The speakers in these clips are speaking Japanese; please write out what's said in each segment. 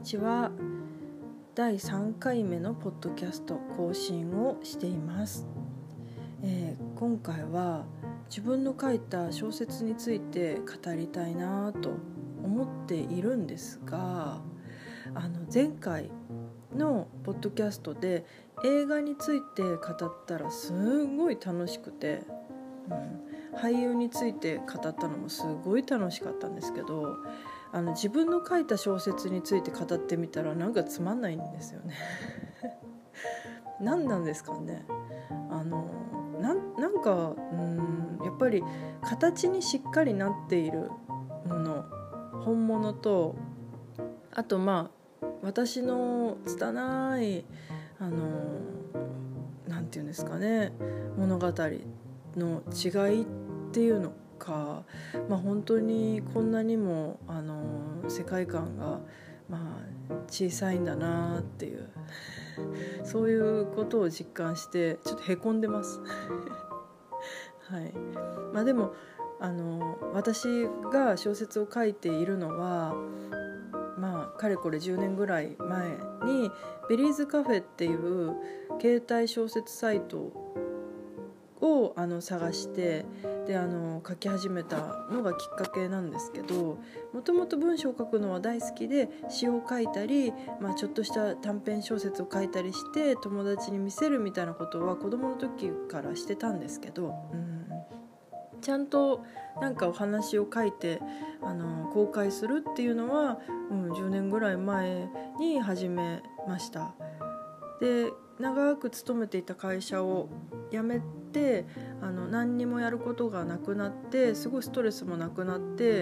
ちは。第3回目のポッドキャスト更新をしています。今回は自分の書いた小説について語りたいなと思っているんですが、前回のポッドキャストで映画について語ったらすごい楽しくて、俳優について語ったのもすごい楽しかったんですけど、自分の書いた小説について語ってみたらなんかつまんないんですよね何なんですかね。なんかやっぱり形にしっかりなっているもの、本物と、あと私の拙いなんていうんですかね、物語の違いっていうのか、本当にこんなにも世界観が小さいんだなっていうそういうことを実感してちょっとへこんでますはい。でも私が小説を書いているのはかれこれ10年ぐらい前にベリーズカフェっていう携帯小説サイトを探してで書き始めたのがきっかけなんですけど、もともと文章を書くのは大好きで、詩を書いたり、ちょっとした短編小説を書いたりして友達に見せるみたいなことは子供の時からしてたんですけど、ちゃんとなんかお話を書いて公開するっていうのは、10年ぐらい前に始めました。で、長く勤めていた会社を辞めて何にもやることがなくなって、すごいストレスもなくなって、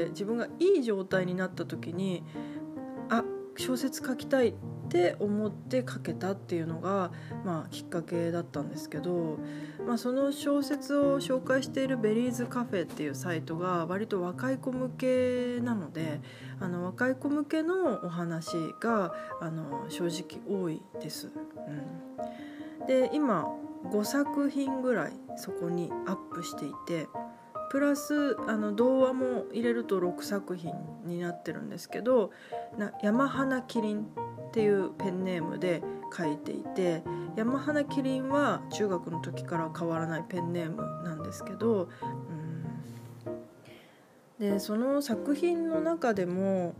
自分がいい状態になった時に小説書きたいって思って書けたっていうのが、きっかけだったんですけど、その小説を紹介しているベリーズカフェっていうサイトが割と若い子向けなので、若い子向けのお話が正直多いです。で、今5作品ぐらいそこにアップしていて、プラス童話も入れると6作品になってるんですけど、山花キリンっていうペンネームで書いていて、山花キリンは中学の時から変わらないペンネームなんですけど、でその作品の中でも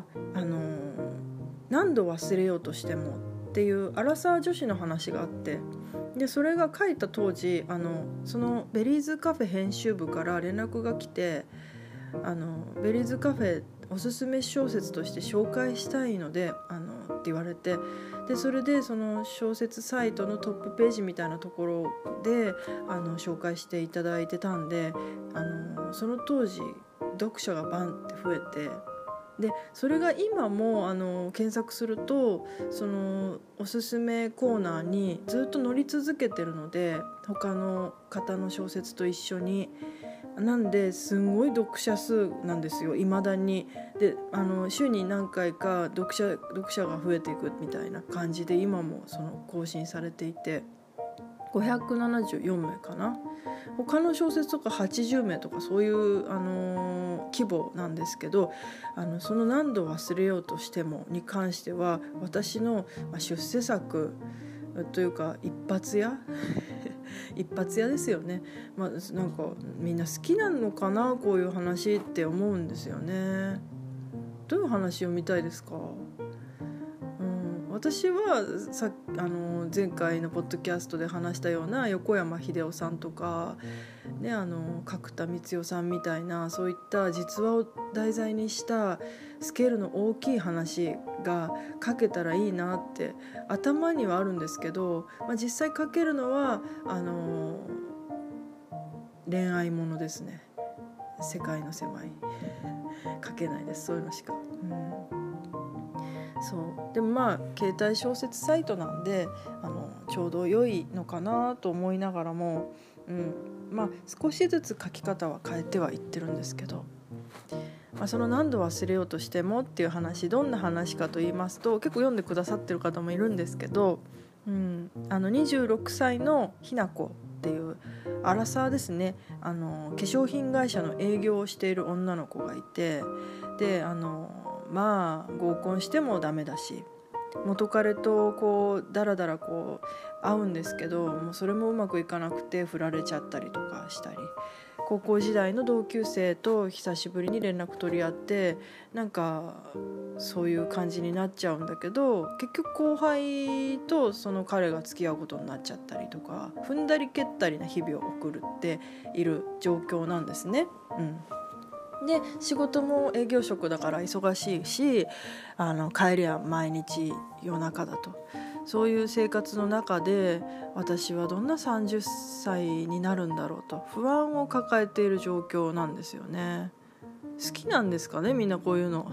何度忘れようとしてもっていうアラサー女子の話があって、でそれが書いた当時そのベリーズカフェ編集部から連絡が来て、ベリーズカフェおすすめ小説として紹介したいのでって言われて、でそれでその小説サイトのトップページみたいなところで紹介していただいてたんで、その当時読者がバンって増えて、でそれが今も検索するとそのおすすめコーナーにずっと載り続けてるので、他の方の小説と一緒に。なんですごい読者数なんですよ、未だに。で週に何回か読者が増えていくみたいな感じで、今もその更新されていて574名かな。他の小説とか80名とかそういう規模なんですけど、その何度忘れようとしてもに関しては私の出世作というか一発屋一発屋ですよね。なんかみんな好きなのかな、こういう話って思うんですよね。どういう話を見たいですか？私は前回のポッドキャストで話したような横山秀夫さんとか、角田光代さんみたいな、そういった実話を題材にしたスケールの大きい話が書けたらいいなって頭にはあるんですけど、実際書けるのは恋愛ものですね。世界の狭い書けないです、そういうのしか。そうでも携帯小説サイトなんでちょうど良いのかなと思いながらも、少しずつ書き方は変えてはいってるんですけど、その何度忘れようとしてもっていう話、どんな話かと言いますと、結構読んでくださってる方もいるんですけど、26歳のひな子っていうアラサーですね、化粧品会社の営業をしている女の子がいて、でまあ合コンしてもダメだし、元彼とこうだらだらこう会うんですけど、もうそれもうまくいかなくて振られちゃったりとかしたり、高校時代の同級生と久しぶりに連絡取り合って、なんかそういう感じになっちゃうんだけど、結局後輩とその彼が付き合うことになっちゃったりとか、踏んだり蹴ったりな日々を送るっている状況なんですね。で仕事も営業職だから忙しいし、帰りは毎日夜中だと、そういう生活の中で私はどんな30歳になるんだろうと不安を抱えている状況なんですよね。好きなんですかね、みんなこういうの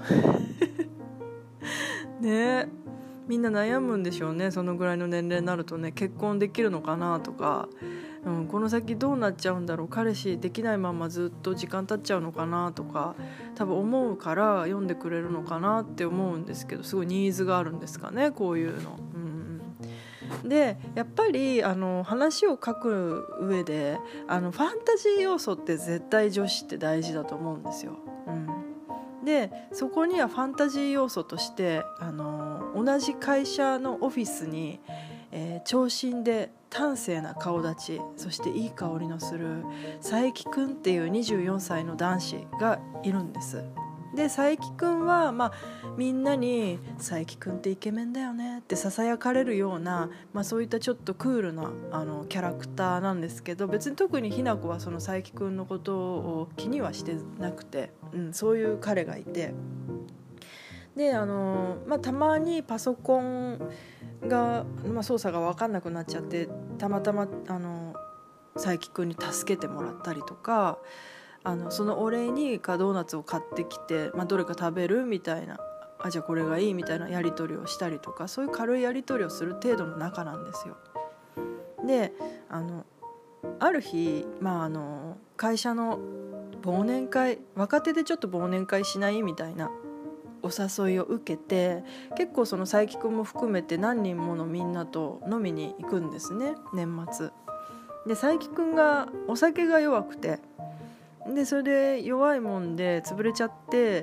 ね、みんな悩むんでしょうね。そのぐらいの年齢になるとね、結婚できるのかなとか、この先どうなっちゃうんだろう、彼氏できないままずっと時間経っちゃうのかなとか多分思うから読んでくれるのかなって思うんですけど、すごいニーズがあるんですかね、こういうの。でやっぱり話を書く上でファンタジー要素って絶対女子って大事だと思うんですよ。でそこにはファンタジー要素として同じ会社のオフィスに、長身で端正な顔立ち、そしていい香りのする佐伯くんっていう24歳の男子がいるんです。で佐伯くんは、みんなに佐伯くんってイケメンだよねってささやかれるような、そういったちょっとクールなキャラクターなんですけど、別に特にひな子はその佐伯くんのことを気にはしてなくて、そういう彼がいて、でたまにパソコンが、操作が分かんなくなっちゃって、たまたま佐伯くんに助けてもらったりとか、そのお礼にドーナツを買ってきて、どれか食べるみたいな、じゃあこれがいいみたいなやり取りをしたりとか、そういう軽いやり取りをする程度の仲なんですよ。である日、会社の忘年会、若手でちょっと忘年会しないみたいなお誘いを受けて、結構その佐伯くんも含めて何人ものみんなと飲みに行くんですね、年末で。佐伯くんがお酒が弱くて、でそれで弱いもんで潰れちゃって、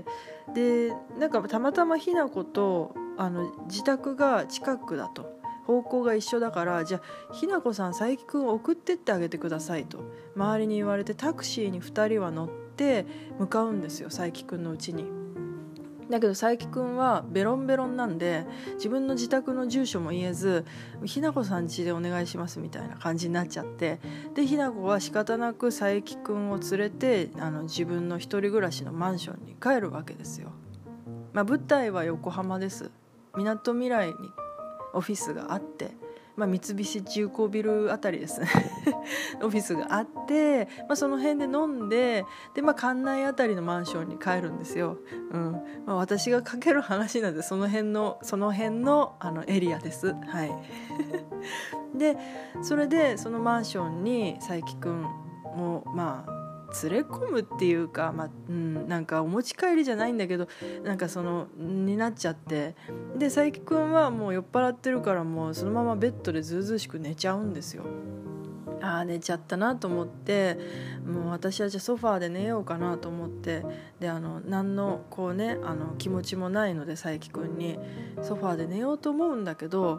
でなんかたまたまひな子と自宅が近くだと、方向が一緒だから、じゃあひな子さん佐伯くんを送ってってあげてくださいと周りに言われて、タクシーに2人は乗って向かうんですよ、佐伯くんの家に。だけど佐伯くんはベロンベロンなんで、自分の自宅の住所も言えず、ひな子さん家でお願いしますみたいな感じになっちゃって、でひな子は仕方なく佐伯くんを連れて自分の一人暮らしのマンションに帰るわけですよ。舞台は横浜です。みなとみらいにオフィスがあって、三菱重工ビルあたりですねオフィスがあって、その辺で飲んで、で、関内あたりのマンションに帰るんですよ。私が書ける話なんでその辺のエリアです。はいでそれでそのマンションに佐伯くんを連れ込むっていうか、なんかお持ち帰りじゃないんだけど、なんかになっちゃって、で佐伯くんはもう酔っ払ってるから、もうそのままベッドでずうずうしく寝ちゃうんですよ。寝ちゃったなと思って、もう私はじゃあソファーで寝ようかなと思って、で何の気持ちもないので佐伯くんにソファーで寝ようと思うんだけど、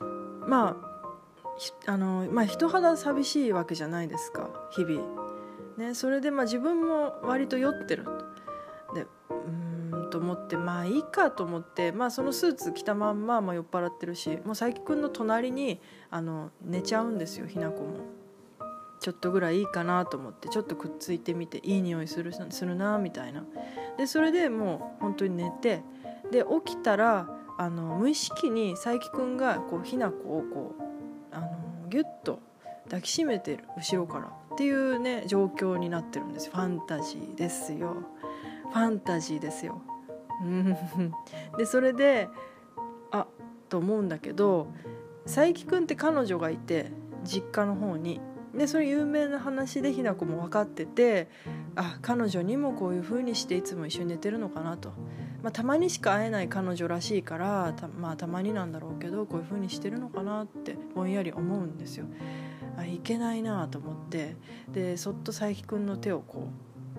人肌寂しいわけじゃないですか、日々ね。それで自分も割と酔ってるで、と思って、いいかと思って、そのスーツ着たまんま、酔っ払ってるし、もう佐伯くんの隣に寝ちゃうんですよ、ひな子も。ちょっとぐらいいいかなと思って、ちょっとくっついてみて、いい匂いするなみたいな。でそれでもう本当に寝て、で起きたら無意識に佐伯くんがひな子をギュッと抱きしめてる後ろからっていうね状況になってるんです。ファンタジーですよ、ファンタジーですよでそれでと思うんだけど、佐伯くんって彼女がいて、実家の方に。でそれ有名な話でひな子も分かってて、彼女にもこういう風にしていつも一緒に寝てるのかなと、たまにしか会えない彼女らしいからたまになんだろうけど、こういう風にしてるのかなってぼんやり思うんですよ。いけないなと思って、でそっと佐伯くんの手を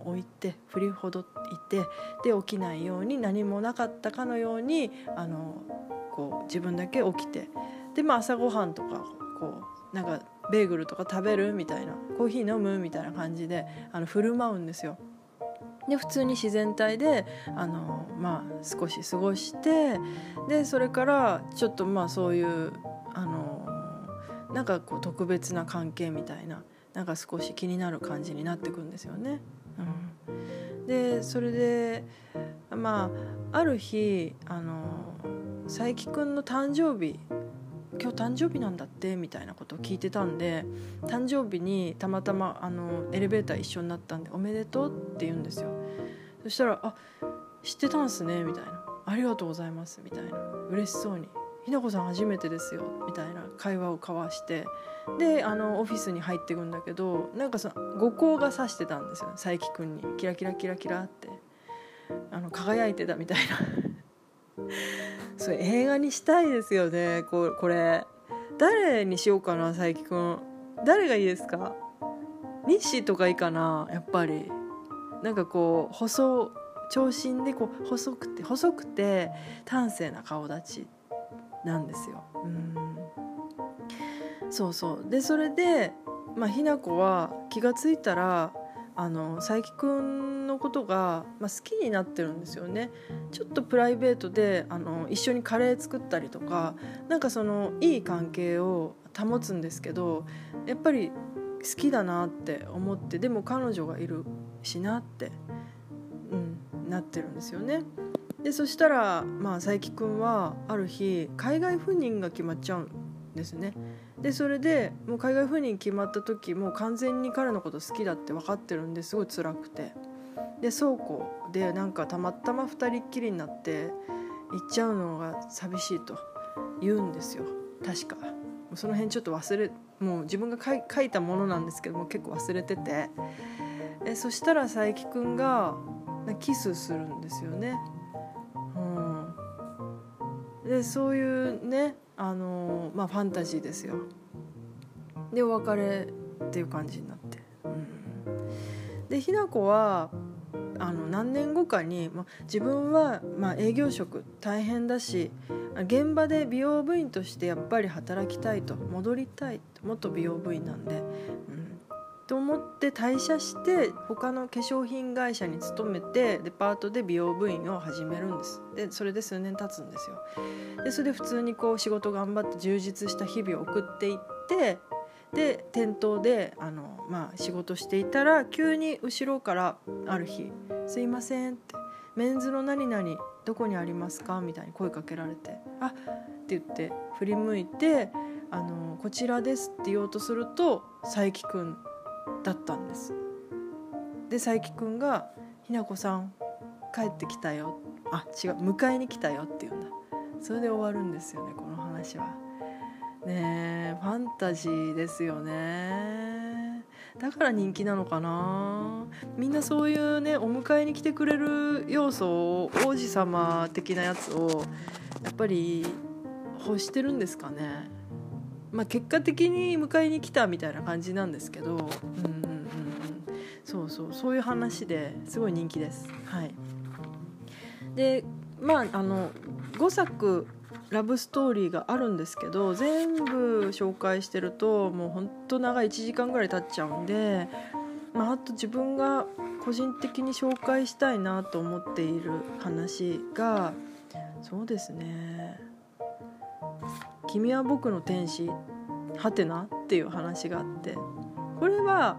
置いて振りほどいて、で起きないように何もなかったかのようにこう自分だけ起きて、で朝ごはんとかこうなんかベーグルとか食べるみたいな、コーヒー飲むみたいな感じで振る舞うんですよ。で普通に自然体で少し過ごして、でそれからちょっとそういうなんかこう特別な関係みたいな、なんか少し気になる感じになってくんですよね。でそれである日佐伯くんの誕生日、今日誕生日なんだってみたいなことを聞いてたんで、誕生日にたまたまエレベーター一緒になったんでおめでとうって言うんですよ。そしたら知ってたんすねみたいな、ありがとうございますみたいな、嬉しそうに、ひなこさん初めてですよみたいな会話を交わして、でオフィスに入っていくんだけど、なんか後光が差してたんですよ、佐伯くんにキラキラキラキラって輝いてたみたいなそれ映画にしたいですよね。これ誰にしようかな、佐伯くん誰がいいですか？西とかいいかな。やっぱりなんかこう長身でこう細くて端正な顔立ちなんですよ。そうでそれでひなこは気がついたら佐伯くんのことが、好きになってるんですよね。ちょっとプライベートで一緒にカレー作ったりとか、なんかいい関係を保つんですけど、やっぱり好きだなって思って、でも彼女がいるしなって、なってるんですよね。でそしたら佐伯くんはある日海外赴任が決まっちゃうんですね。でそれでもう海外赴任決まった時、もう完全に彼のこと好きだって分かってるんですごい辛くて、で倉庫でなんかたまたま二人っきりになって行っちゃうのが寂しいと言うんですよ。確かその辺ちょっともう自分が書いたものなんですけども結構忘れてて、そしたら佐伯くんがキスするんですよね。でそういうねファンタジーですよ。でお別れっていう感じになって、でひなこは何年後かに、自分は営業職大変だし、現場で美容部員としてやっぱり働きたいと、戻りたいと、元美容部員なんで、と思って退社して他の化粧品会社に勤めてデパートで美容部員を始めるんです。でそれで数年経つんですよ。でそれで普通にこう仕事頑張って充実した日々を送っていって、で店頭で仕事していたら急に後ろからある日すいませんってメンズの何々どこにありますかみたいに声かけられて、って言って振り向いてこちらですって言おうとすると佐伯くんだったんです。で佐伯くんがひなこさん帰ってきたよ、迎えに来たよって言うんだ。それで終わるんですよね、この話はね。ファンタジーですよね。だから人気なのかな。みんなそういうねお迎えに来てくれる要素を、王子様的なやつをやっぱり欲してるんですかね。結果的に迎えに来たみたいな感じなんですけど、そういう話ですごい人気です。で5作ラブストーリーがあるんですけど、全部紹介してるともうほんと長い1時間ぐらい経っちゃうんで、あと自分が個人的に紹介したいなと思っている話が、そうですね、君は僕の天使はてなっていう話があって、これは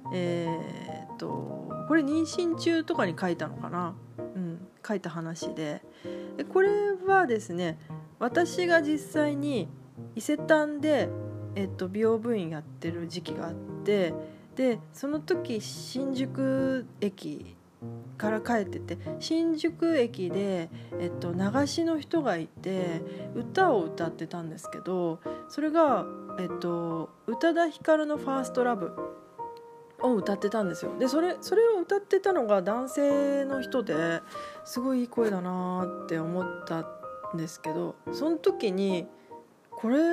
これ妊娠中とかに書いたのかな、書いた話で、これはですね、私が実際に伊勢丹で、美容部員やってる時期があって、でその時新宿駅から帰ってて、新宿駅で、流しの人がいて歌を歌ってたんですけど、それが、宇多田ヒカルのファーストラブを歌ってたんですよ。でそれを歌ってたのが男性の人ですごいいい声だなって思ったんですけど、その時にこれ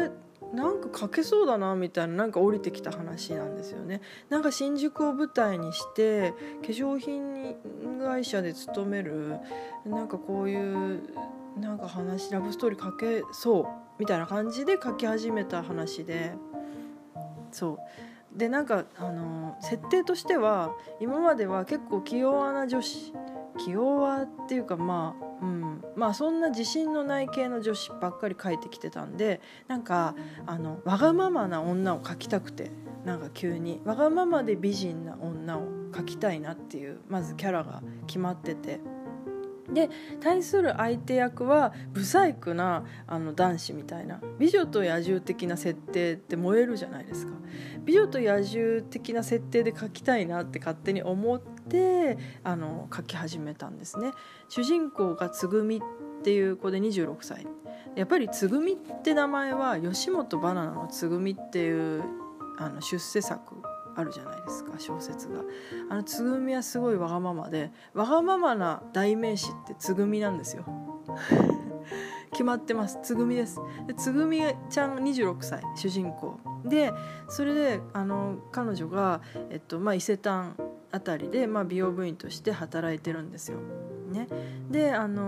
なんか書けそうだなみたいな、なんか降りてきた話なんですよね。なんか新宿を舞台にして化粧品会社で勤めるなんかこういうなんか話、ラブストーリー書けそうみたいな感じで書き始めた話で、そうでなんか設定としては今までは結構気弱な女子、気弱っていうかまあそんな自信のない系の女子ばっかり書いてきてたんで、なんかわがままな女を描きたくて、なんか急にわがままで美人な女を描きたいなっていうまずキャラが決まってて、で対する相手役はブサイクな男子みたいな、美女と野獣的な設定って燃えるじゃないですか。美女と野獣的な設定で描きたいなって勝手に思って描き始めたんですね。主人公がつぐみっていう子で26歳。やっぱりつぐみって名前は吉本バナナのつぐみっていう出世作あるじゃないですか、小説が。つぐみはすごいわがままで、わがままな代名詞ってつぐみなんですよ決まってます、つぐみです。でつぐみちゃん26歳主人公で、それで彼女が、伊勢丹あたりで、美容部員として働いてるんですよ、ね、で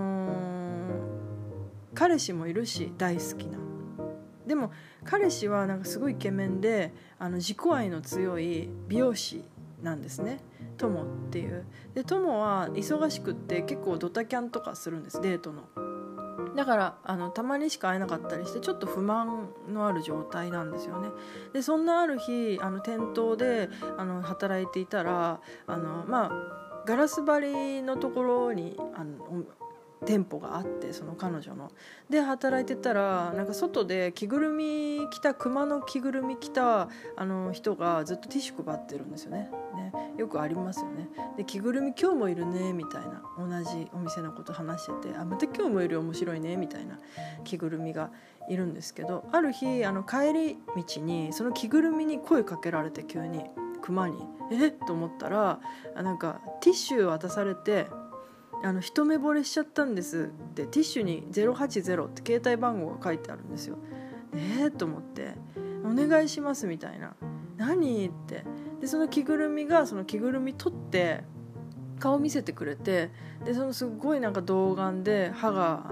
彼氏もいるし大好きな。でも彼氏はなんかすごいイケメンで自己愛の強い美容師なんですね、トモっていう。でトモは忙しくって結構ドタキャンとかするんです、デートの。だからたまにしか会えなかったりしてちょっと不満のある状態なんですよね。でそんなある日店頭で働いていたらガラス張りのところに店舗があって、その彼女ので働いてたら、なんか外で着ぐるみ着た、熊の着ぐるみ着た人がずっとティッシュ配ってるんですよ ね。よくありますよね。で着ぐるみ今日もいるねみたいな、同じお店のこと話してて、また今日もいる、面白いねみたいな着ぐるみがいるんですけど、ある日帰り道にその着ぐるみに声かけられて、急に熊にと思ったら、なんかティッシュ渡されて、一目惚れしちゃったんですってティッシュに080って携帯番号が書いてあるんですよ。と思って、お願いしますみたいな、何って。でその着ぐるみが、その着ぐるみ取って顔見せてくれて、でそのすごいなんか童顔で歯が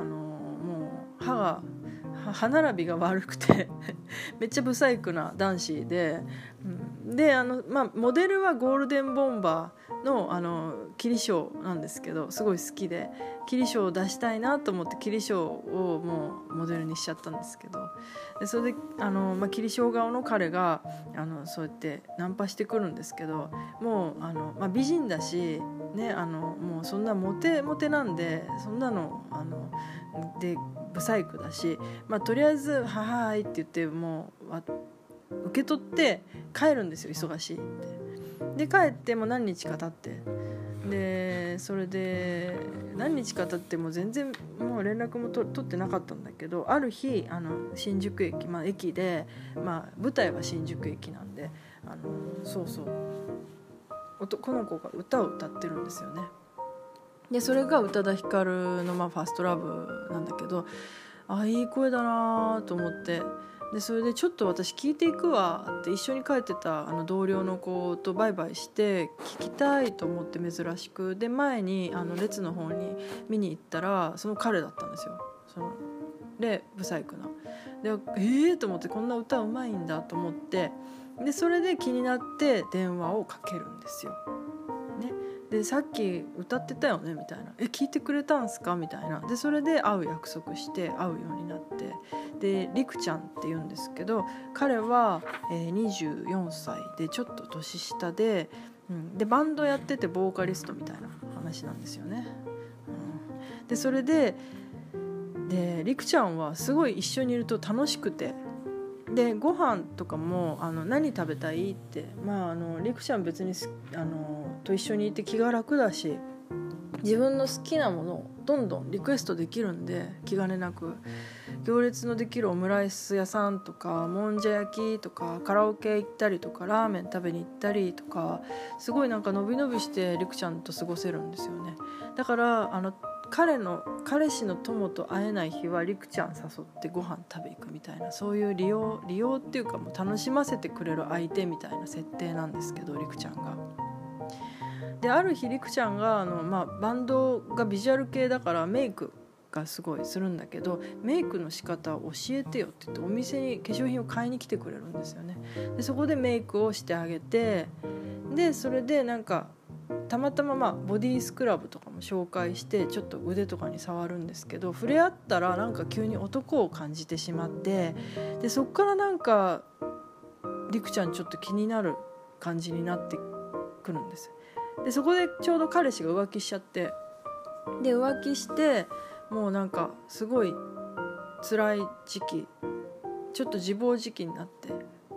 歯並びが悪くてめっちゃブサイクな男子で、でモデルはゴールデンボンバーの霧翔なんですけど、すごい好きで霧翔を出したいなと思って霧翔をもうモデルにしちゃったんですけど、でそれで霧翔顔の彼がそうやってナンパしてくるんですけど、もう美人だしね、もうそんなモテモテなんで、そんなのでブサイクだし、とりあえずはーいって言ってもう受け取って帰るんですよ、忙しいって。で帰っても何日か経って、でそれで何日か経っても全然もう連絡も取ってなかったんだけど、ある日新宿駅、駅で、舞台は新宿駅なんでこの子が歌を歌ってるんですよね。でそれが宇多田ヒカルのファーストラブなんだけど、いい声だなと思って、でそれでちょっと私聞いていくわって一緒に帰ってた同僚の子とバイバイして聞きたいと思って、珍しくで前に列の方に見に行ったらその彼だったんですよ。でブサイクなでと思って、こんな歌うまいんだと思って、でそれで気になって電話をかけるんですよ、ね。でさっき歌ってたよねみたいな、聞いてくれたんすかみたいな。でそれで会う約束して会うようになって、でりくちゃんって言うんですけど、彼は、24歳でちょっと年下で、でバンドやっててボーカリストみたいな話なんですよね、でそれでりくちゃんはすごい一緒にいると楽しくて、でご飯とかも何食べたいって、りくちゃん別にと一緒にいて気が楽だし、自分の好きなものをどんどんリクエストできるんで、気兼ねなく行列のできるオムライス屋さんとかもんじゃ焼きとかカラオケ行ったりとかラーメン食べに行ったりとか、すごいなんかのびのびしてりくちゃんと過ごせるんですよね。だから彼氏の友と会えない日はりくちゃん誘ってご飯食べ行くみたいな、そういう利用っていうか、もう楽しませてくれる相手みたいな設定なんですけど、りくちゃんが。である日りくちゃんがバンドがビジュアル系だからメイクがすごいするんだけど、メイクの仕方を教えてよって言ってお店に化粧品を買いに来てくれるんですよね。でそこでメイクをしてあげて、でそれでなんかたまたまボディスクラブとかも紹介してちょっと腕とかに触るんですけど、触れ合ったらなんか急に男を感じてしまって、でそっからなんかりくちゃんちょっと気になる感じになってくるんです。でそこでちょうど彼氏が浮気しちゃって、で浮気してもうなんかすごい辛い時期、ちょっと自暴自棄になって、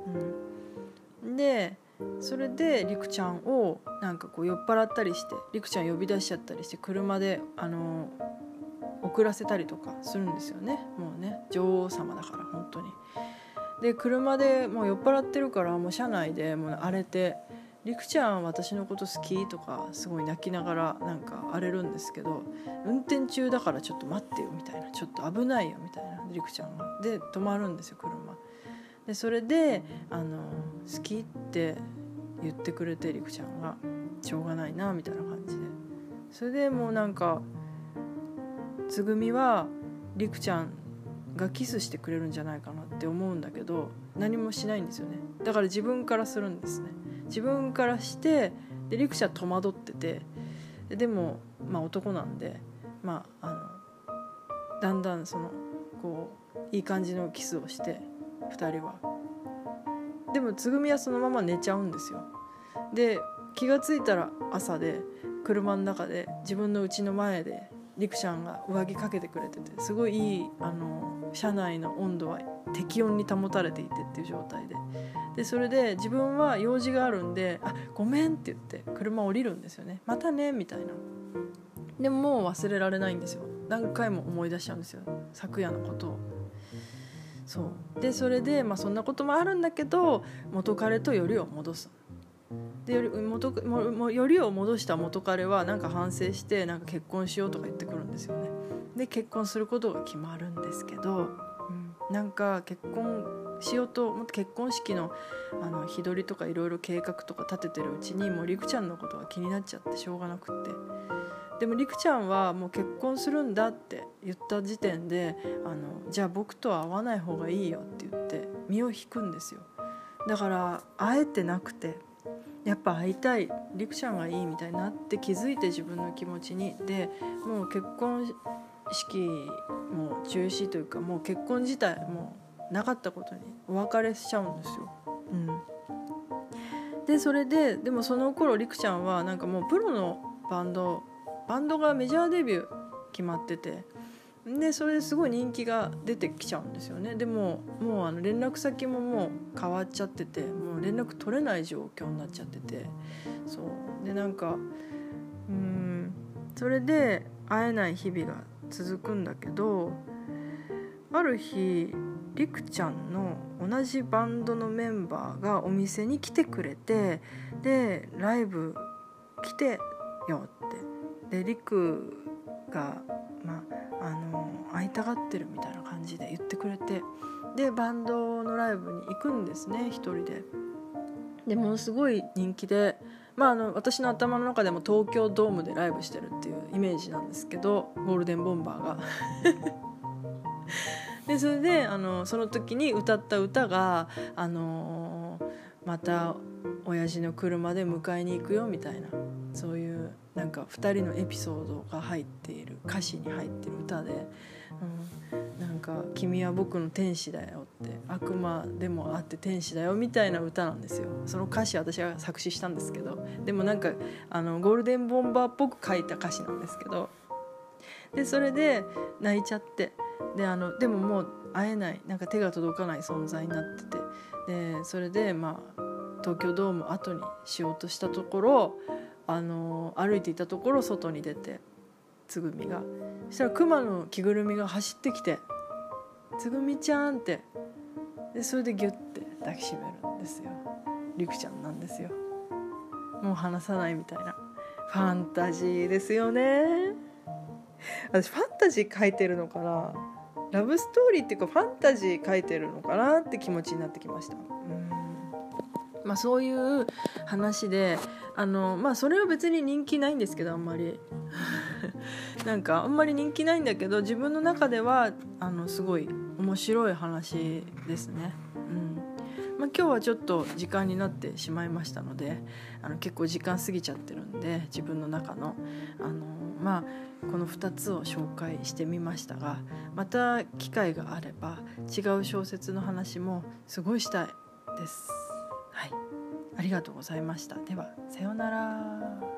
でそれでりくちゃんをなんかこう酔っ払ったりしてりくちゃん呼び出しちゃったりして車で送らせたりとかするんですよね。もうね女王様だから本当に。で車でもう酔っ払ってるからもう車内でもう荒れて、りくちゃん私のこと好きとかすごい泣きながらなんか荒れるんですけど、運転中だからちょっと待ってよみたいな、ちょっと危ないよみたいなりくちゃんがで止まるんですよ車で。それで好きって言ってくれてりくちゃんがしょうがないなみたいな感じで、それでもうなんかつぐみはりくちゃんがキスしてくれるんじゃないかなって思うんだけど何もしないんですよね。だから自分からするんですね。自分からして、でりくちゃん戸惑ってて、でも男なんでだんだんこういい感じのキスをして2人は。でもつぐみはそのまま寝ちゃうんですよ。で気がついたら朝で車の中で自分の家の前でりくちゃんが上着かけてくれてて、すごいいい車内の温度は適温に保たれていてっていう状態で、それで自分は用事があるんでごめんって言って車降りるんですよね。またねみたいな。でももう忘れられないんですよ。何回も思い出しちゃうんですよ昨夜のことを。そうでそれでそんなこともあるんだけど元彼とよりを戻す。でよりを戻した元彼はなんか反省してなんか結婚しようとか言ってくるんですよね。で結婚することが決まるんですけど、なんか結婚しようともっと結婚式の日取りとかいろいろ計画とか立ててるうちにもうりくちゃんのことが気になっちゃってしょうがなくって、でもりくちゃんはもう結婚するんだって言った時点でじゃあ僕とは会わない方がいいよって言って身を引くんですよ。だから会えてなくてやっぱ会いたいりくちゃんがいいみたいになって気づいて自分の気持ちにでもう結婚式も中止というかもう結婚自体もなかったことにお別れしちゃうんですよ。でそれでもその頃りくちゃんはなんかもうプロのバンドがメジャーデビュー決まってて、でそれですごい人気が出てきちゃうんですよね。でもう連絡先ももう変わっちゃっててもう連絡取れない状況になっちゃってて、そうでなんかそれで会えない日々が続くんだけど、ある日りくちゃんの同じバンドのメンバーがお店に来てくれて、でライブ来てよってでりくが会いたがってるみたいな感じで言ってくれて、でバンドのライブに行くんですね一人で。でものすごい人気で、私の頭の中でも東京ドームでライブしてるっていうイメージなんですけど、ゴールデンボンバーがでそれでその時に歌った歌がまた親父の車で迎えに行くよみたいな、そういうなんか2人のエピソードが入っている歌詞に入っている歌で、なんか君は僕の天使だよって悪魔でもあって天使だよみたいな歌なんですよ。その歌詞私が作詞したんですけど、でもなんかゴールデンボンバーっぽく書いた歌詞なんですけど、でそれで泣いちゃって、でももう会えない、なんか手が届かない存在になってて、でそれで東京ドーム後にしようとしたところ歩いていたところ外に出てつぐみが、そしたらクマの着ぐるみが走ってきてつぐみちゃんって、でそれでギュッて抱きしめるんですよ。りくちゃんなんですよ。もう離さないみたいなファンタジーですよね。 私ファンタジー書いてるのかな、ラブストーリーっていうかファンタジー書いてるのかなって気持ちになってきました。そういう話でそれは別に人気ないんですけど、あんまりなんかあんまり人気ないんだけど、自分の中ではすごい面白い話ですね。今日はちょっと時間になってしまいましたので、結構時間過ぎちゃってるんで、自分の中のこの2つを紹介してみましたが、また機会があれば違う小説の話もすごいしたいです。はい、ありがとうございました。ではさようなら。